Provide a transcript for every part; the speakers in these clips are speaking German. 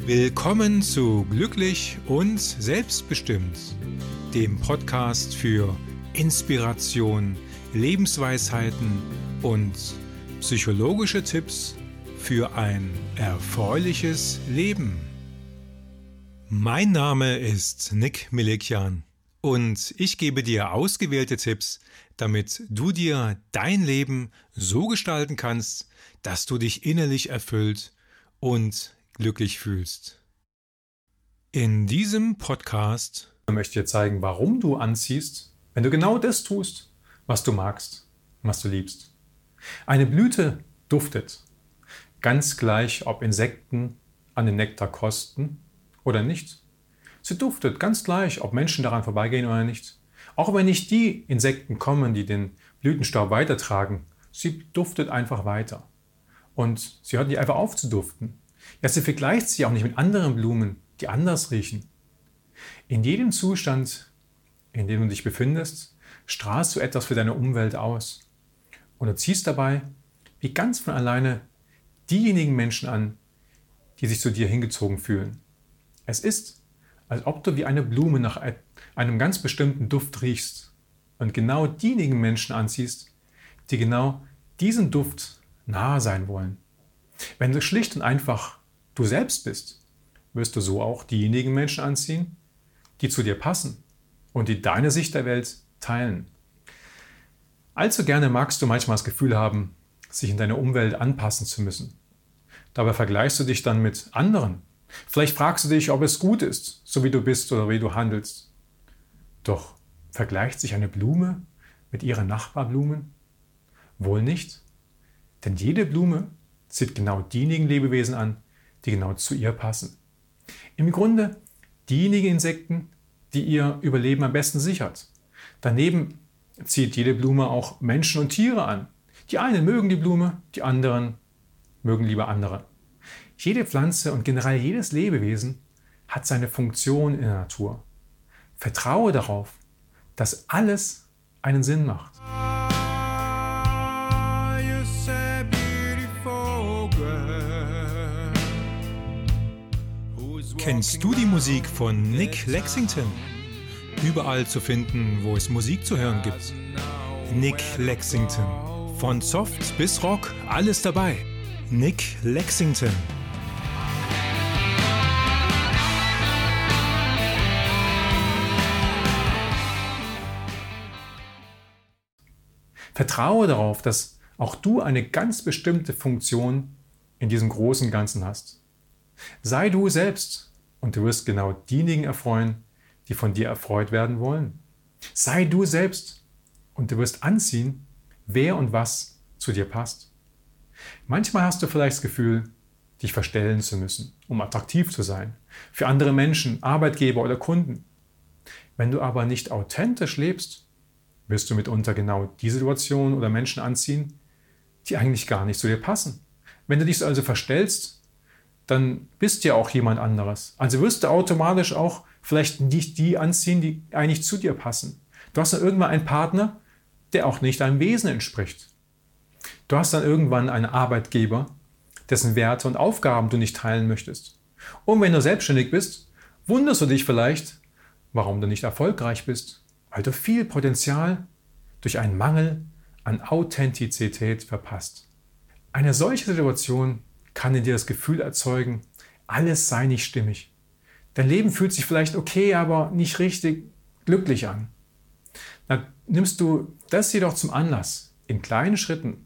Willkommen zu Glücklich und Selbstbestimmt, dem Podcast für Inspiration, Lebensweisheiten und psychologische Tipps für ein erfreuliches Leben. Mein Name ist Nick Milekian und ich gebe dir ausgewählte Tipps, damit du dir dein Leben so gestalten kannst, dass du dich innerlich erfüllt und glücklich fühlst. In diesem Podcast möchte ich dir zeigen, warum du anziehst, wenn du genau das tust, was du magst und was du liebst. Eine Blüte duftet, ganz gleich, ob Insekten an den Nektar kosten oder nicht. Sie duftet ganz gleich, ob Menschen daran vorbeigehen oder nicht. Auch wenn nicht die Insekten kommen, die den Blütenstaub weitertragen, sie duftet einfach weiter. Und sie hört nicht einfach auf zu duften. Ja, sie vergleicht sich auch nicht mit anderen Blumen, die anders riechen. In jedem Zustand, in dem du dich befindest, strahlst du etwas für deine Umwelt aus. Und du ziehst dabei, wie ganz von alleine, diejenigen Menschen an, die sich zu dir hingezogen fühlen. Es ist, als ob du wie eine Blume nach einem ganz bestimmten Duft riechst und genau diejenigen Menschen anziehst, die genau diesen Duft nahe sein wollen. Wenn du schlicht und einfach du selbst bist, wirst du so auch diejenigen Menschen anziehen, die zu dir passen und die deine Sicht der Welt teilen. Allzu gerne magst du manchmal das Gefühl haben, sich in deiner Umwelt anpassen zu müssen. Dabei vergleichst du dich dann mit anderen. Vielleicht fragst du dich, ob es gut ist, so wie du bist oder wie du handelst. Doch vergleicht sich eine Blume mit ihren Nachbarblumen? Wohl nicht, denn jede Blume zieht genau diejenigen Lebewesen an, die genau zu ihr passen. Im Grunde diejenigen Insekten, die ihr Überleben am besten sichert. Daneben zieht jede Blume auch Menschen und Tiere an. Die einen mögen die Blume, die anderen mögen lieber andere. Jede Pflanze und generell jedes Lebewesen hat seine Funktion in der Natur. Vertraue darauf, dass alles einen Sinn macht. Kennst du die Musik von Nick Lexington? Überall zu finden, wo es Musik zu hören gibt. Nick Lexington. Von Soft bis Rock, alles dabei. Nick Lexington. Vertraue darauf, dass auch du eine ganz bestimmte Funktion in diesem großen Ganzen hast. Sei du selbst und du wirst genau diejenigen erfreuen, die von dir erfreut werden wollen. Sei du selbst und du wirst anziehen, wer und was zu dir passt. Manchmal hast du vielleicht das Gefühl, dich verstellen zu müssen, um attraktiv zu sein, für andere Menschen, Arbeitgeber oder Kunden. Wenn du aber nicht authentisch lebst, wirst du mitunter genau die Situation oder Menschen anziehen, die eigentlich gar nicht zu dir passen. Wenn du dich also verstellst, dann bist ja auch jemand anderes. Also wirst du automatisch auch vielleicht nicht die anziehen, die eigentlich zu dir passen. Du hast dann irgendwann einen Partner, der auch nicht deinem Wesen entspricht. Du hast dann irgendwann einen Arbeitgeber, dessen Werte und Aufgaben du nicht teilen möchtest. Und wenn du selbstständig bist, wunderst du dich vielleicht, warum du nicht erfolgreich bist, weil du viel Potenzial durch einen Mangel an Authentizität verpasst. Eine solche Situation kann in dir das Gefühl erzeugen, alles sei nicht stimmig. Dein Leben fühlt sich vielleicht okay, aber nicht richtig glücklich an. Dann nimmst du das jedoch zum Anlass, in kleinen Schritten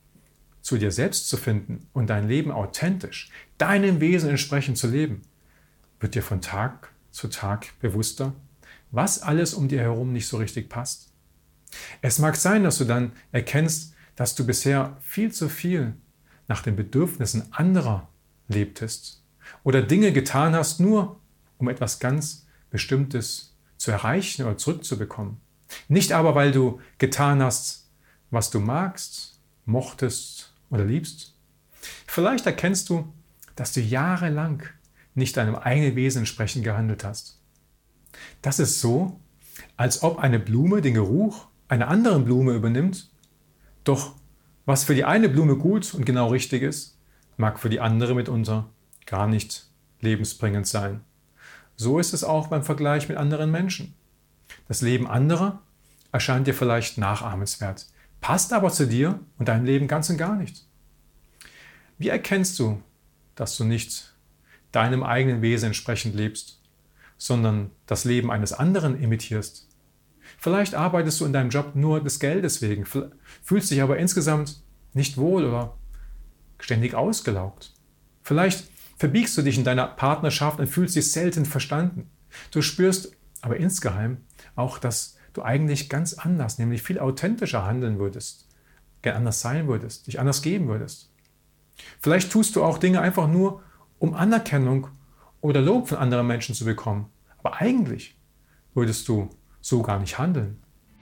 zu dir selbst zu finden und dein Leben authentisch, deinem Wesen entsprechend zu leben, wird dir von Tag zu Tag bewusster, was alles um dir herum nicht so richtig passt. Es mag sein, dass du dann erkennst, dass du bisher viel zu viel nach den Bedürfnissen anderer lebtest oder Dinge getan hast, nur um etwas ganz Bestimmtes zu erreichen oder zurückzubekommen. Nicht aber, weil du getan hast, was du magst, mochtest oder liebst. Vielleicht erkennst du, dass du jahrelang nicht deinem eigenen Wesen entsprechend gehandelt hast. Das ist so, als ob eine Blume den Geruch einer anderen Blume übernimmt, doch was für die eine Blume gut und genau richtig ist, mag für die andere mitunter gar nicht lebensbringend sein. So ist es auch beim Vergleich mit anderen Menschen. Das Leben anderer erscheint dir vielleicht nachahmenswert, passt aber zu dir und deinem Leben ganz und gar nicht. Wie erkennst du, dass du nicht deinem eigenen Wesen entsprechend lebst, sondern das Leben eines anderen imitierst? Vielleicht arbeitest du in deinem Job nur des Geldes wegen, fühlst dich aber insgesamt nicht wohl oder ständig ausgelaugt. Vielleicht verbiegst du dich in deiner Partnerschaft und fühlst dich selten verstanden. Du spürst aber insgeheim auch, dass du eigentlich ganz anders, nämlich viel authentischer handeln würdest, gern anders sein würdest, dich anders geben würdest. Vielleicht tust du auch Dinge einfach nur, um Anerkennung oder Lob von anderen Menschen zu bekommen. Aber eigentlich würdest du so gar nicht handeln.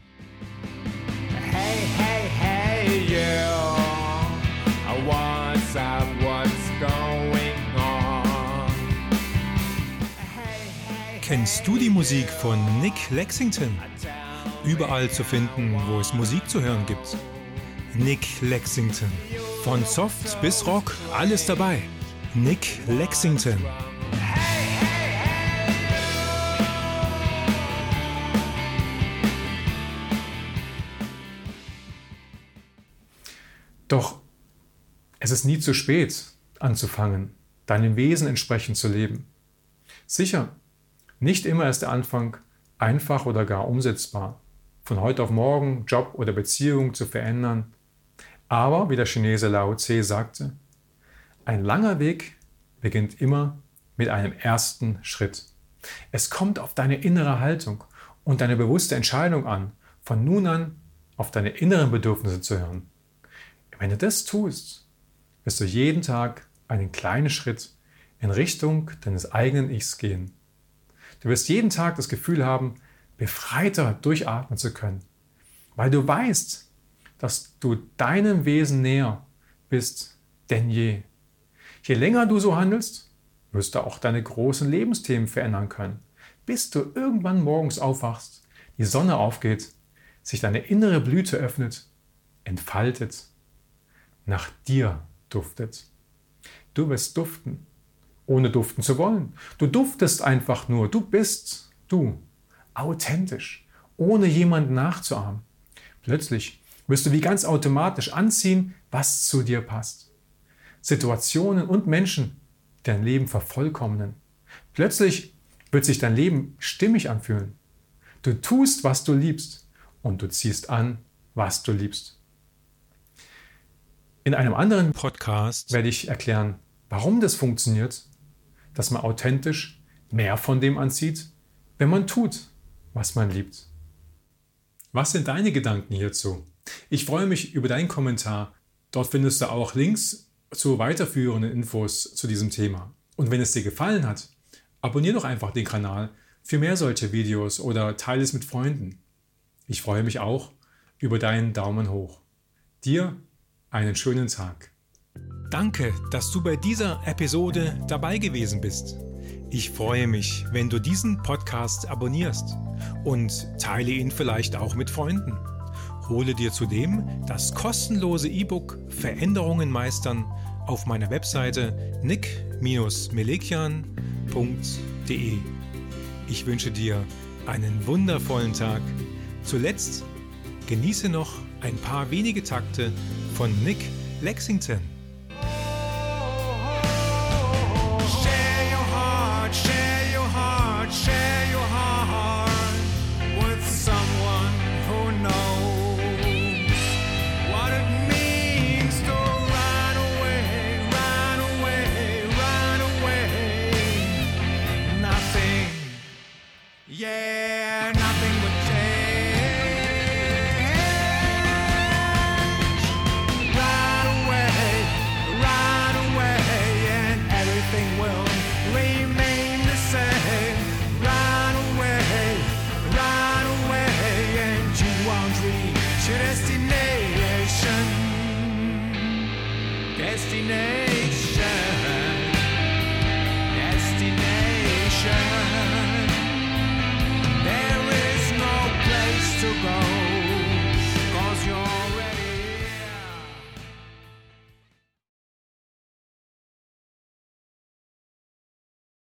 Hey, hey, hey, you. What's up? What's going on? Kennst du die Musik von Nick Lexington? Überall zu finden, wo es Musik zu hören gibt. Nick Lexington. Von Soft bis Rock, alles dabei. Nick Lexington. Doch es ist nie zu spät, anzufangen, deinem Wesen entsprechend zu leben. Sicher, nicht immer ist der Anfang einfach oder gar umsetzbar, von heute auf morgen Job oder Beziehung zu verändern. Aber, wie der Chinese Lao Tse sagte, ein langer Weg beginnt immer mit einem ersten Schritt. Es kommt auf deine innere Haltung und deine bewusste Entscheidung an, von nun an auf deine inneren Bedürfnisse zu hören. Wenn du das tust, wirst du jeden Tag einen kleinen Schritt in Richtung deines eigenen Ichs gehen. Du wirst jeden Tag das Gefühl haben, befreiter durchatmen zu können, weil du weißt, dass du deinem Wesen näher bist denn je. Je länger du so handelst, wirst du auch deine großen Lebensthemen verändern können, bis du irgendwann morgens aufwachst, die Sonne aufgeht, sich deine innere Blüte öffnet, entfaltet, nach dir duftet. Du wirst duften, ohne duften zu wollen. Du duftest einfach nur. Du bist du, authentisch, ohne jemanden nachzuahmen. Plötzlich wirst du wie ganz automatisch anziehen, was zu dir passt. Situationen und Menschen, die dein Leben vervollkommnen. Plötzlich wird sich dein Leben stimmig anfühlen. Du tust, was du liebst, und du ziehst an, was du liebst. In einem anderen Podcast werde ich erklären, warum das funktioniert, dass man authentisch mehr von dem anzieht, wenn man tut, was man liebt. Was sind deine Gedanken hierzu? Ich freue mich über deinen Kommentar. Dort findest du auch Links zu weiterführenden Infos zu diesem Thema. Und wenn es dir gefallen hat, abonniere doch einfach den Kanal für mehr solche Videos oder teile es mit Freunden. Ich freue mich auch über deinen Daumen hoch. Dir einen schönen Tag. Danke, dass du bei dieser Episode dabei gewesen bist. Ich freue mich, wenn du diesen Podcast abonnierst und teile ihn vielleicht auch mit Freunden. Hole dir zudem das kostenlose E-Book Veränderungen meistern auf meiner Webseite nick-melekian.de. Ich wünsche dir einen wundervollen Tag. Zuletzt genieße noch ein paar wenige Takte von Nick Lexington. Yeah, nothing would change. Right away, and everything will remain the same. Right away, and you won't reach your destination.